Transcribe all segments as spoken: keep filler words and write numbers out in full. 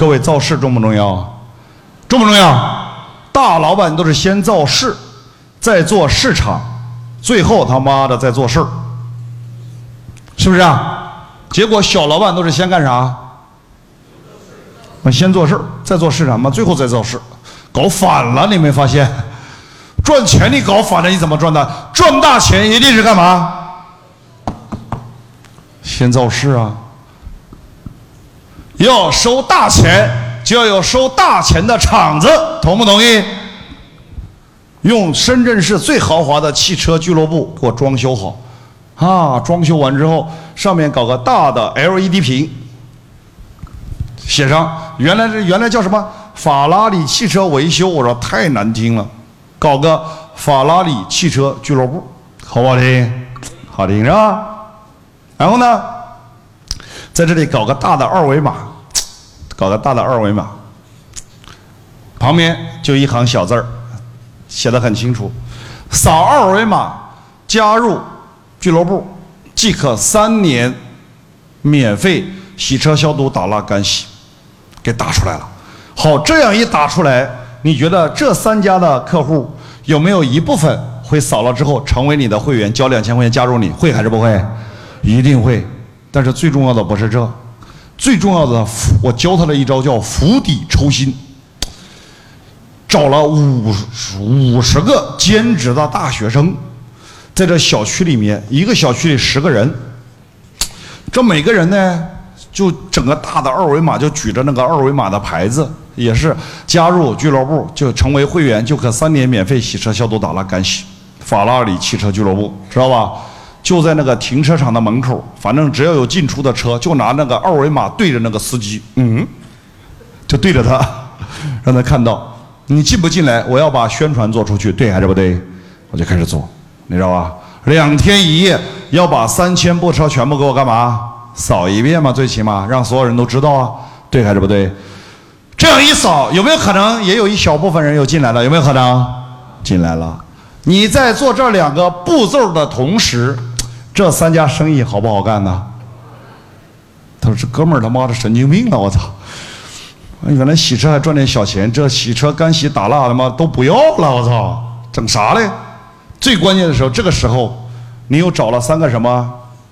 各位造势重不重要？重不重要？大老板都是先造势，再做市场，最后他妈的再做事儿，是不是啊？结果小老板都是先干啥？先做事儿，再做市场嘛，最后再造势，搞反了，你没发现？赚钱你搞反了，你怎么赚的？赚大钱一定是干嘛？先造势啊！要收大钱，就要有收大钱的厂子，同不同意？用深圳市最豪华的汽车俱乐部给我装修好，啊，装修完之后，上面搞个大的 L E D 屏，写上原来是原来叫什么法拉利汽车维修，我说太难听了，搞个法拉利汽车俱乐部，好不好听？好听是吧？然后呢，在这里搞个大的二维码，搞个大的二维码，旁边就一行小字儿，写得很清楚：扫二维码加入俱乐部，即可三年免费洗车、消毒、打蜡、干洗，给打出来了。好，这样一打出来，你觉得这三家的客户有没有一部分会扫了之后成为你的会员，交两千块钱加入你？会还是不会？一定会。但是最重要的不是这，最重要的，我教他的一招叫釜底抽薪。找了五五十个兼职的大学生，在这小区里面，一个小区里十个人，这每个人呢，就整个大的二维码，就举着那个二维码的牌子，也是加入俱乐部就成为会员，就可三年免费洗车、消毒、打蜡、干洗。法拉利汽车俱乐部，知道吧？就在那个停车场的门口，反正只要有进出的车，就拿那个二维码对着那个司机，嗯，就对着他，让他看到。你进不进来？我要把宣传做出去，对还是不对？我就开始做，你知道吧？两天一夜要把三千部车全部给我干嘛？扫一遍嘛，最起码让所有人都知道啊，对还是不对？这样一扫，有没有可能也有一小部分人又进来了？有没有可能？进来了。你在做这两个步骤的同时，这三家生意好不好干呢？他说：“这哥们儿他妈的神经病了，我操！原来洗车还赚点小钱，这洗车、干洗、打蜡他妈都不要了，我操！整啥嘞？最关键的时候，这个时候，你又找了三个什么？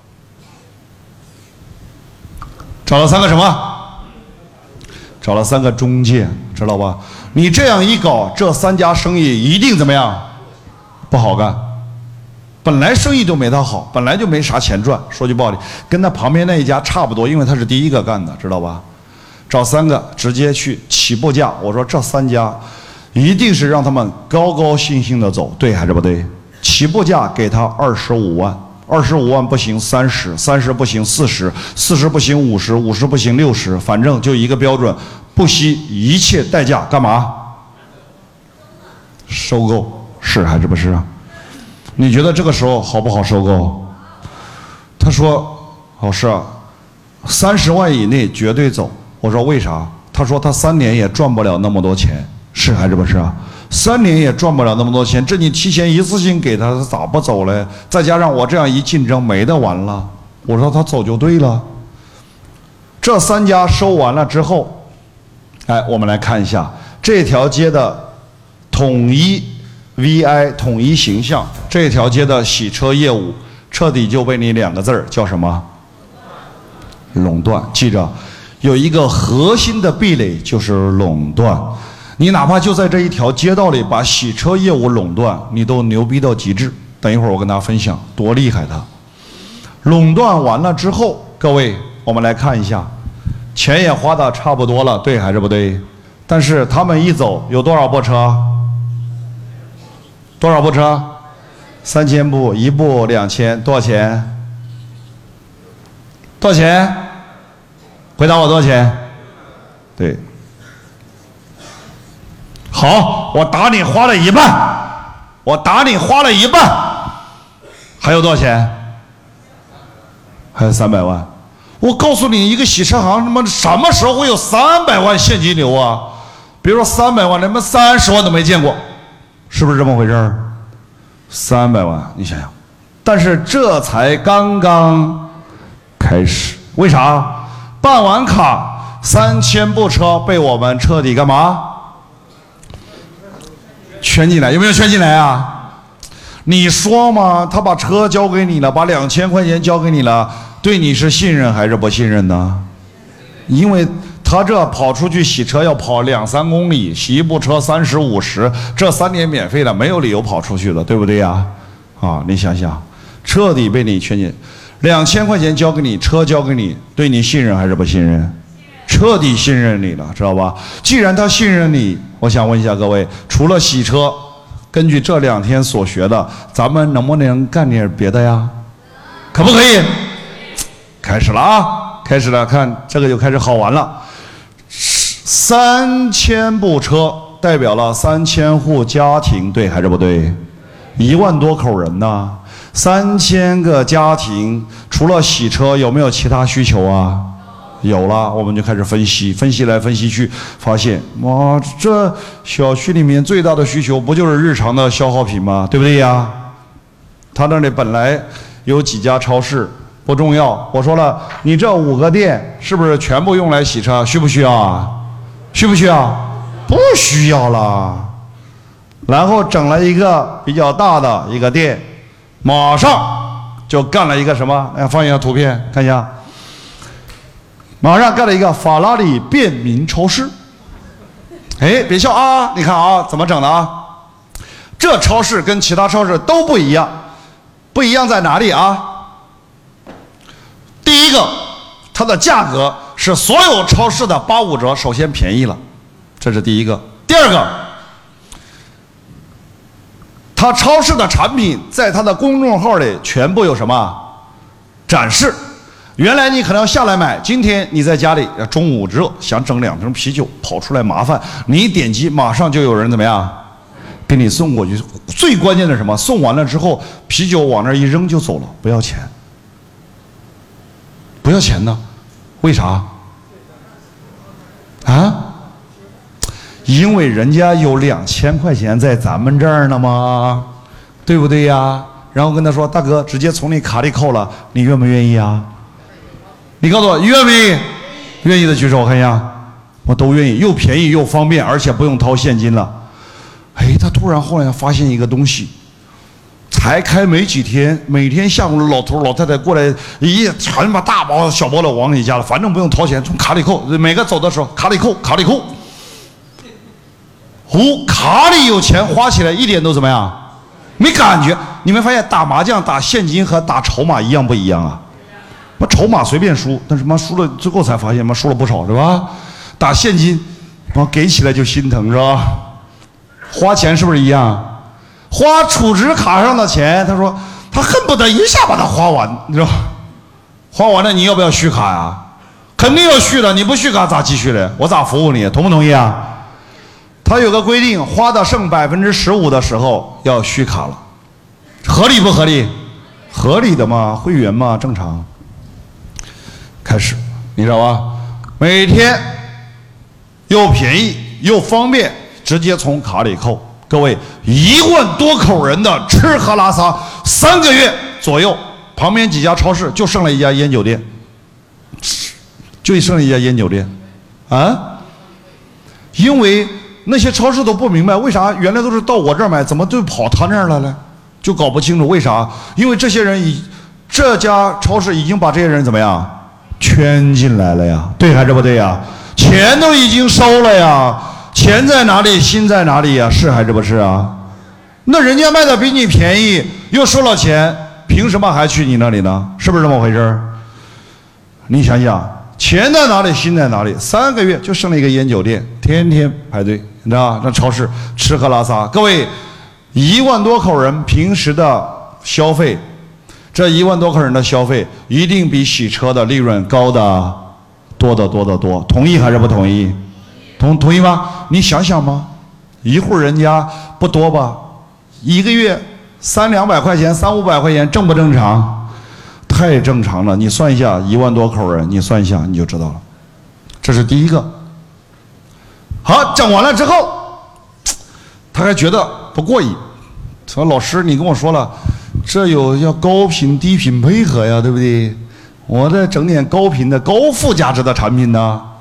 找了三个什么？找了三个中介，知道吧？你这样一搞，这三家生意一定怎么样？不好干。本来生意就没他好，本来就没啥钱赚。说句不好听，跟他旁边那一家差不多，因为他是第一个干的，知道吧？找三个直接去起步价，我说这三家一定是让他们高高兴兴的走，对还是不对？起步价给他二十五万，二十五万不行三十，三十不行四十，四十不行五十，五十不行六十，反正就一个标准，不惜一切代价干嘛？收购，是还是不是啊？你觉得这个时候好不好收购？他说：“哦，是啊，三十万以内绝对走。”我说：“为啥？”他说：“他三年也赚不了那么多钱，是还是不是啊？三年也赚不了那么多钱，这你提前一次性给他，他咋不走嘞？再加上我这样一竞争，没得玩了。”我说：“他走就对了。”这三家收完了之后，哎，我们来看一下这条街的统一 V I 统一形象，这条街的洗车业务彻底就被你两个字儿叫什么？垄断。记着，有一个核心的壁垒就是垄断。你哪怕就在这一条街道里把洗车业务垄断，你都牛逼到极致。等一会儿我跟大家分享多厉害它。垄断完了之后，各位我们来看一下，钱也花的差不多了，对还是不对？但是他们一走有多少部车？多少部车？三千部，一部两千，多少钱？多少钱？回答我多少钱？对。好，我打你花了一半，我打你花了一半，还有多少钱？还有三百万。我告诉你，一个洗车行他妈什么时候会有三百万现金流啊？比如说三百万，他妈三十万都没见过。是不是这么回事儿？三百万，你想想，但是这才刚刚开始。为啥？办完卡三千部车被我们彻底干嘛？圈进来，有没有圈进来啊？你说嘛，他把车交给你了，把两千块钱交给你了，对你是信任还是不信任呢？因为他这跑出去洗车要跑两三公里，洗一部车三十五十，这三年免费了，没有理由跑出去的，对不对呀？啊，你想想，彻底被你圈进，两千块钱交给你，车交给你，对你信任还是不信任？彻底信任你了，知道吧？既然他信任你，我想问一下各位，除了洗车，根据这两天所学的，咱们能不能干点别的呀？可不可以？开始了啊！开始了，看这个就开始好玩了。三千部车代表了三千户家庭，对还是不对？一万多口人呢，三千个家庭，除了洗车，有没有其他需求啊？有了，我们就开始分析，分析来分析去，发现哇，这小区里面最大的需求不就是日常的消耗品吗？对不对呀？他那里本来有几家超市，不重要。我说了，你这五个店是不是全部用来洗车？需不需要啊？需不需要？不需要了。然后整了一个比较大的一个店，马上就干了一个什么？哎，放一下图片看一下。马上干了一个法拉利便民超市。哎，别笑啊！你看啊，怎么整的啊？这超市跟其他超市都不一样，不一样在哪里啊？第一个，它的价格是所有超市的八五折，首先便宜了，这是第一个。第二个，它超市的产品在它的公众号里全部有什么展示？原来你可能要下来买，今天你在家里中午热想整两瓶啤酒，跑出来麻烦，你一点击马上就有人怎么样给你送过去。最关键的是什么？送完了之后啤酒往那一扔就走了，不要钱。不要钱呢？为啥？啊？因为人家有两千块钱在咱们这儿呢嘛，对不对呀？然后跟他说，大哥，直接从你卡里扣了，你愿不愿意啊？你告诉我，愿不愿意？愿意的举手，我看一下。我都愿意，又便宜又方便，而且不用掏现金了。哎，他突然后来发现一个东西，才开没几天，每天下午老头老太太过来，一全把大包小包的往你家了，反正不用掏钱，从卡里扣。每个走的时候，卡里扣，卡里扣。哦，卡里有钱，花起来一点都怎么样？没感觉。你们发现打麻将打现金和打筹码一样不一样啊？妈筹码随便输，但是妈输了最后才发现妈输了不少，是吧？打现金，妈给起来就心疼，是吧？花钱是不是一样？花储值卡上的钱，他说他恨不得一下把它花完，你知道？花完了你要不要续卡呀？肯定要续的，你不续卡咋继续的？我咋服务你？同不同意啊？他有个规定，花的剩百分之十五的时候要续卡了，合理不合理？合理的嘛，会员嘛，正常。开始，你知道吧？每天又便宜又方便，直接从卡里扣。各位，一万多口人的吃喝拉撒，三个月左右，旁边几家超市就剩了一家烟酒店，就剩了一家烟酒店，啊？因为那些超市都不明白为啥原来都是到我这儿买，怎么就跑他那儿来了？就搞不清楚为啥。因为这些人已这家超市已经把这些人怎么样？圈进来了呀，对还是不对呀？钱都已经收了呀，钱在哪里，心在哪里呀？是还是不是啊？那人家卖的比你便宜，又收了钱，凭什么还去你那里呢？是不是这么回事？你想想，钱在哪里，心在哪里？三个月就剩了一个烟酒店，天天排队，你知道吧？那超市吃喝拉撒，各位，一万多口人平时的消费。这一万多口人的消费一定比洗车的利润高的多得多得多，同意还是不同意？同同意吗？你想想吗？一户人家不多吧，一个月三两百块钱、三五百块钱，正不正常？太正常了。你算一下，一万多口人，你算一下你就知道了。这是第一个。好，整完了之后，他还觉得不过瘾。说老师，你跟我说了。这有要高频低频配合呀，对不对？我再整点高频的高附加值的产品呢，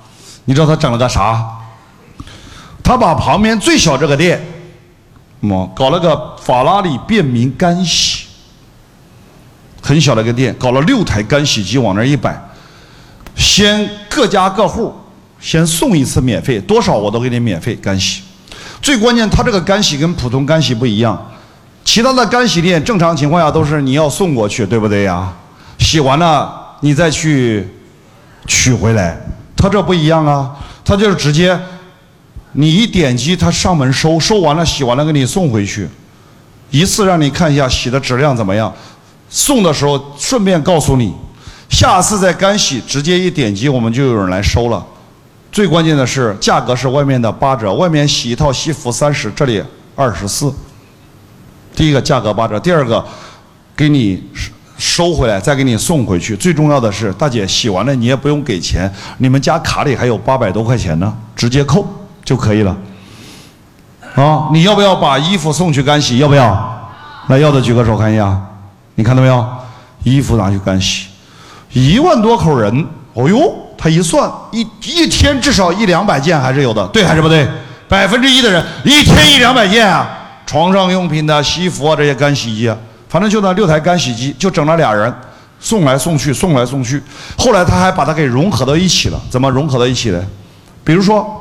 你知道他整了个啥？他把旁边最小这个店，么搞了个法拉利便民干洗，很小的一个店，搞了六台干洗机往那儿一摆，先各家各户先送一次免费，多少我都给你免费干洗。最关键，他这个干洗跟普通干洗不一样，其他的干洗店正常情况下都是你要送过去，对不对呀？洗完了你再去取回来，他这不一样啊，他就是直接。你一点击，他上门收，收完了洗完了给你送回去，一次让你看一下洗的质量怎么样。送的时候顺便告诉你，下次再干洗，直接一点击我们就有人来收了。最关键的是价格是外面的八折，外面洗一套西服三十，这里二十四。第一个价格八折，第二个给你收回来再给你送回去。最重要的是，大姐洗完了你也不用给钱，你们家卡里还有八百多块钱呢，直接扣就可以了。啊，你要不要把衣服送去干洗？要不要？来，要的举个手看一下。你看到没有？衣服拿去干洗，一万多口人，哦呦，他一算，一一天至少一两百件还是有的，对还是不对？百分之一的人一天一两百件啊，床上用品的、西服啊这些干洗机啊，反正就那六台干洗机，就整了俩人，送来送去，送来送去。后来他还把它给融合到一起了，怎么融合到一起的？比如说。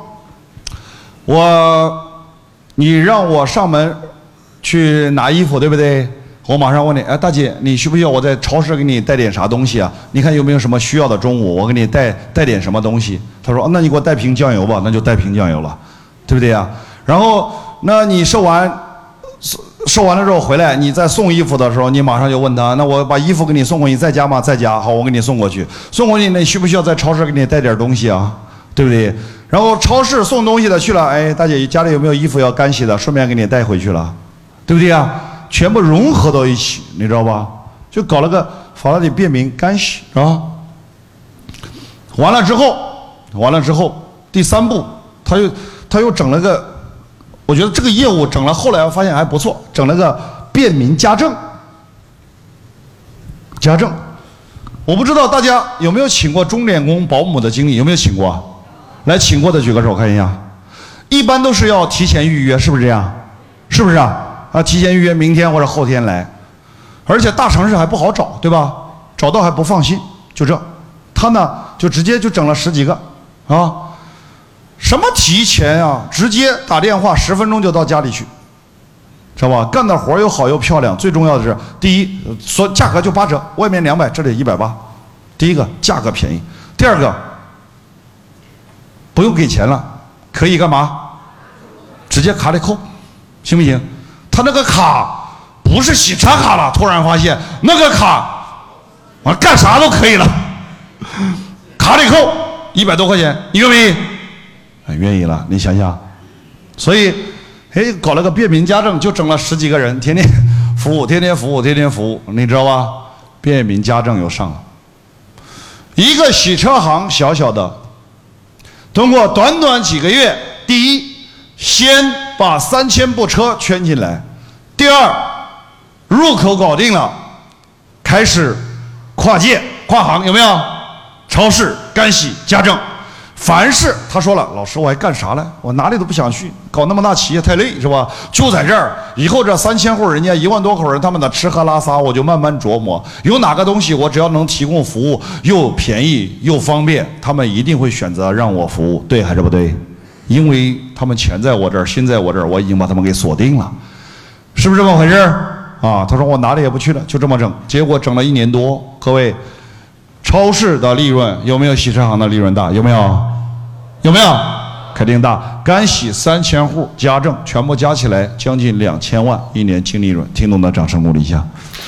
我，你让我上门去拿衣服，对不对？我马上问你，哎，大姐，你需不需要我在超市给你带点啥东西啊？你看有没有什么需要的？中午我给你带带点什么东西？他说，那你给我带瓶酱油吧，那就带瓶酱油了，对不对呀？然后，那你收完收收完了之后回来，你再送衣服的时候，你马上就问他，那我把衣服给你送过去，在家吗？在家，好，我给你送过去。送过去，那你需不需要在超市给你带点东西啊？对不对？然后超市送东西的去了，哎，大姐家里有没有衣服要干洗的？顺便给你带回去了，对不对啊？全部融合到一起，你知道吧？就搞了个法拉利便民干洗啊。完了之后，完了之后，第三步，他又他又整了个，我觉得这个业务整了，后来我发现还不错，整了个便民家政。家政，我不知道大家有没有请过钟点工、保姆的经历，有没有请过啊？来，请过的举个手看一下。一般都是要提前预约，是不是这样？是不是啊？啊，提前预约，明天或者后天来。而且大城市还不好找，对吧？找到还不放心，就这。他呢，就直接就整了十几个，啊，什么提前啊，直接打电话，十分钟就到家里去，知道吧？干的活又好又漂亮，最重要的是，第一，所价格就八折，外面两百，这里一百八。第一个价格便宜，第二个。不用给钱了，可以干嘛？直接卡里扣，行不行？他那个卡不是喜茶卡了，突然发现那个卡，完干啥都可以了，卡里扣一百多块钱，你愿不愿意？哎，愿意了，你想想，所以，哎，搞了个便民家政，就整了十几个人，天天服务，天天服务，天天服务，你知道吧？便民家政又上了，一个洗车行小小的。通过短短几个月，第一，先把三千部车圈进来；第二，入口搞定了，开始跨界跨行，有没有？超市、干洗、家政，凡是他说了，老师我还干啥呢？我哪里都不想去，搞那么大企业太累，是吧？就在这儿，以后这三千户人家一万多口人，他们的吃喝拉撒，我就慢慢琢磨，有哪个东西我只要能提供服务，又便宜又方便，他们一定会选择让我服务，对还是不对？因为他们钱在我这儿，心在我这儿，我已经把他们给锁定了，是不是这么回事啊？他说我哪里也不去了，就这么整，结果整了一年多，各位。超市的利润有没有洗车行的利润大？有没有？有没有？肯定大。干洗三千户，家政全部加起来将近两千万一年净利润。听懂的掌声鼓励一下。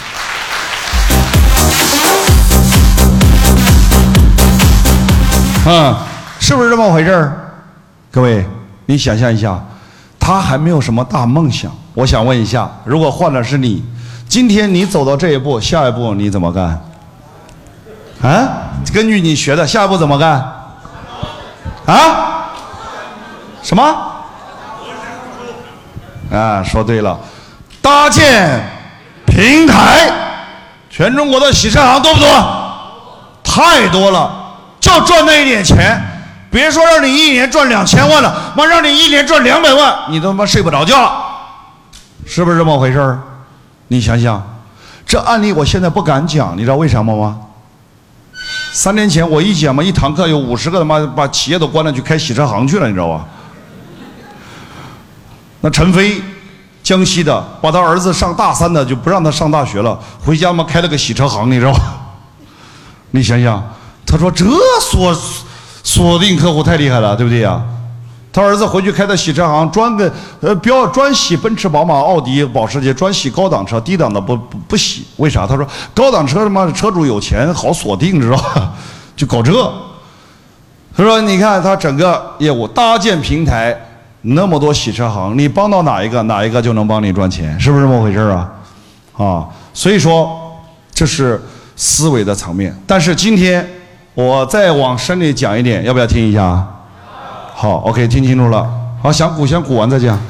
嗯，是不是这么回事儿？各位，你想象一下，他还没有什么大梦想。我想问一下，如果换的是你，今天你走到这一步，下一步你怎么干？啊，根据你学的，下一步怎么干？啊？什么？啊，说对了，搭建平台，全中国的洗车行多不多？太多了，就赚那一点钱， 别说让你一年赚两千万了，妈让你一年赚两百万，你都他妈睡不着觉了，是不是这么回事儿？你想想，这案例我现在不敢讲，你知道为什么吗？三年前我一讲嘛，一堂课有五十个他妈把企业都关了，去开洗车行去了，你知道吧？那陈飞，江西的，把他儿子上大三的就不让他上大学了，回家嘛开了个洗车行，你知道吧？你想想，他说这锁锁定客户太厉害了，对不对呀？他儿子回去开的洗车行，专个呃标专洗奔驰、宝马、奥迪、保时捷，专洗高档车，低档的不不不洗。为啥？他说高档车他妈车主有钱好锁定，知道吧？就搞这。他说你看他整个业务搭建平台，那么多洗车行，你帮到哪一个，哪一个就能帮你赚钱，是不是这么回事啊？啊，所以说这是思维的层面。但是今天我再往深里讲一点，要不要听一下？好 ，OK， 听清楚了。好，想鼓先鼓完再讲。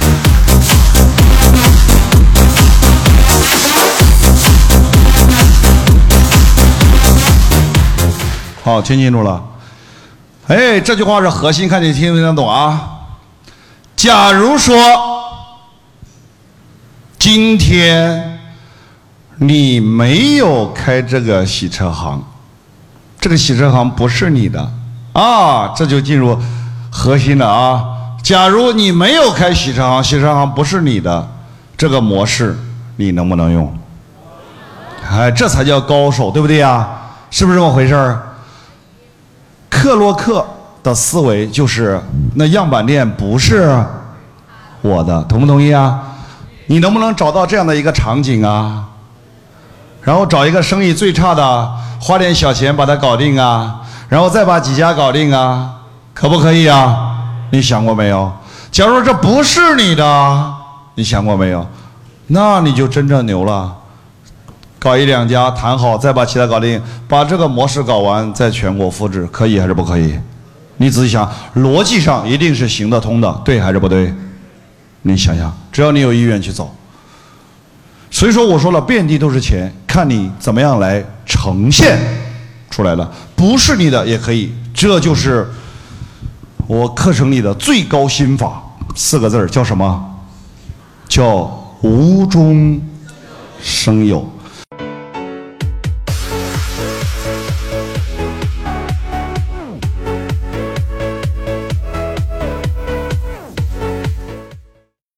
好，听清楚了。哎，这句话是核心，看你听没听得懂啊？假如说今天你没有开这个洗车行，这个洗车行不是你的啊，这就进入核心了啊！假如你没有开洗车行，洗车行不是你的，这个模式你能不能用？哎，这才叫高手，对不对呀？是不是这么回事儿？克洛克的思维就是那样板店不是我的，同不同意啊？你能不能找到这样的一个场景啊？然后找一个生意最差的，花点小钱把它搞定啊，然后再把几家搞定啊，可不可以啊？你想过没有？假如这不是你的，你想过没有？那你就真正牛了。搞一两家谈好，再把其他搞定，把这个模式搞完，在全国复制，可以还是不可以？你仔细想，逻辑上一定是行得通的，对还是不对？你想想，只要你有意愿去走。所以说我说了，遍地都是钱，看你怎么样来呈现出来了。不是你的也可以，这就是我课程里的最高心法，四个字儿叫什么？叫无中生有。